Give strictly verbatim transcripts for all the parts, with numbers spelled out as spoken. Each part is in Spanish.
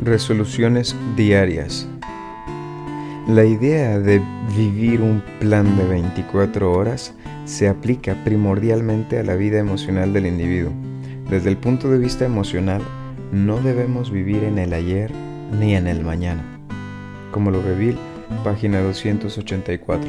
Resoluciones diarias. La idea de vivir un plan de veinticuatro horas se aplica primordialmente a la vida emocional del individuo. Desde el punto de vista emocional, no debemos vivir en el ayer ni en el mañana. Como lo Bill, página doscientos ochenta y cuatro.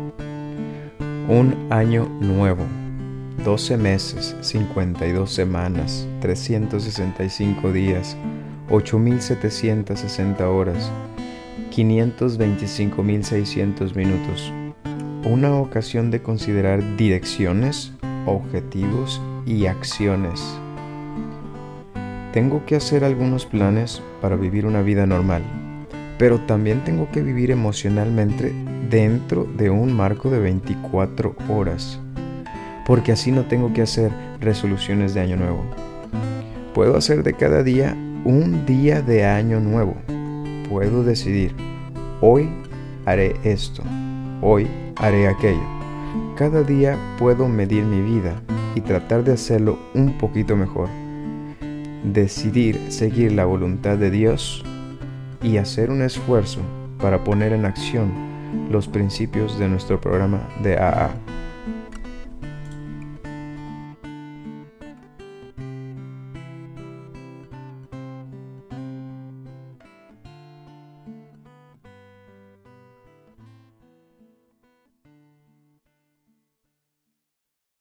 Un año nuevo, doce meses, cincuenta y dos semanas, trescientos sesenta y cinco días, ocho mil setecientas sesenta horas, quinientos veinticinco mil seiscientos minutos. Una ocasión de considerar direcciones, objetivos y acciones. Tengo que hacer algunos planes para vivir una vida normal, pero también tengo que vivir emocionalmente dentro de un marco de veinticuatro horas, porque así no tengo que hacer resoluciones de año nuevo. Puedo hacer de cada día un día de año nuevo. Puedo decidir, hoy haré esto, hoy haré aquello. Cada día puedo medir mi vida y tratar de hacerlo un poquito mejor. Decidir seguir la voluntad de Dios y hacer un esfuerzo para poner en acción los principios de nuestro programa de A A.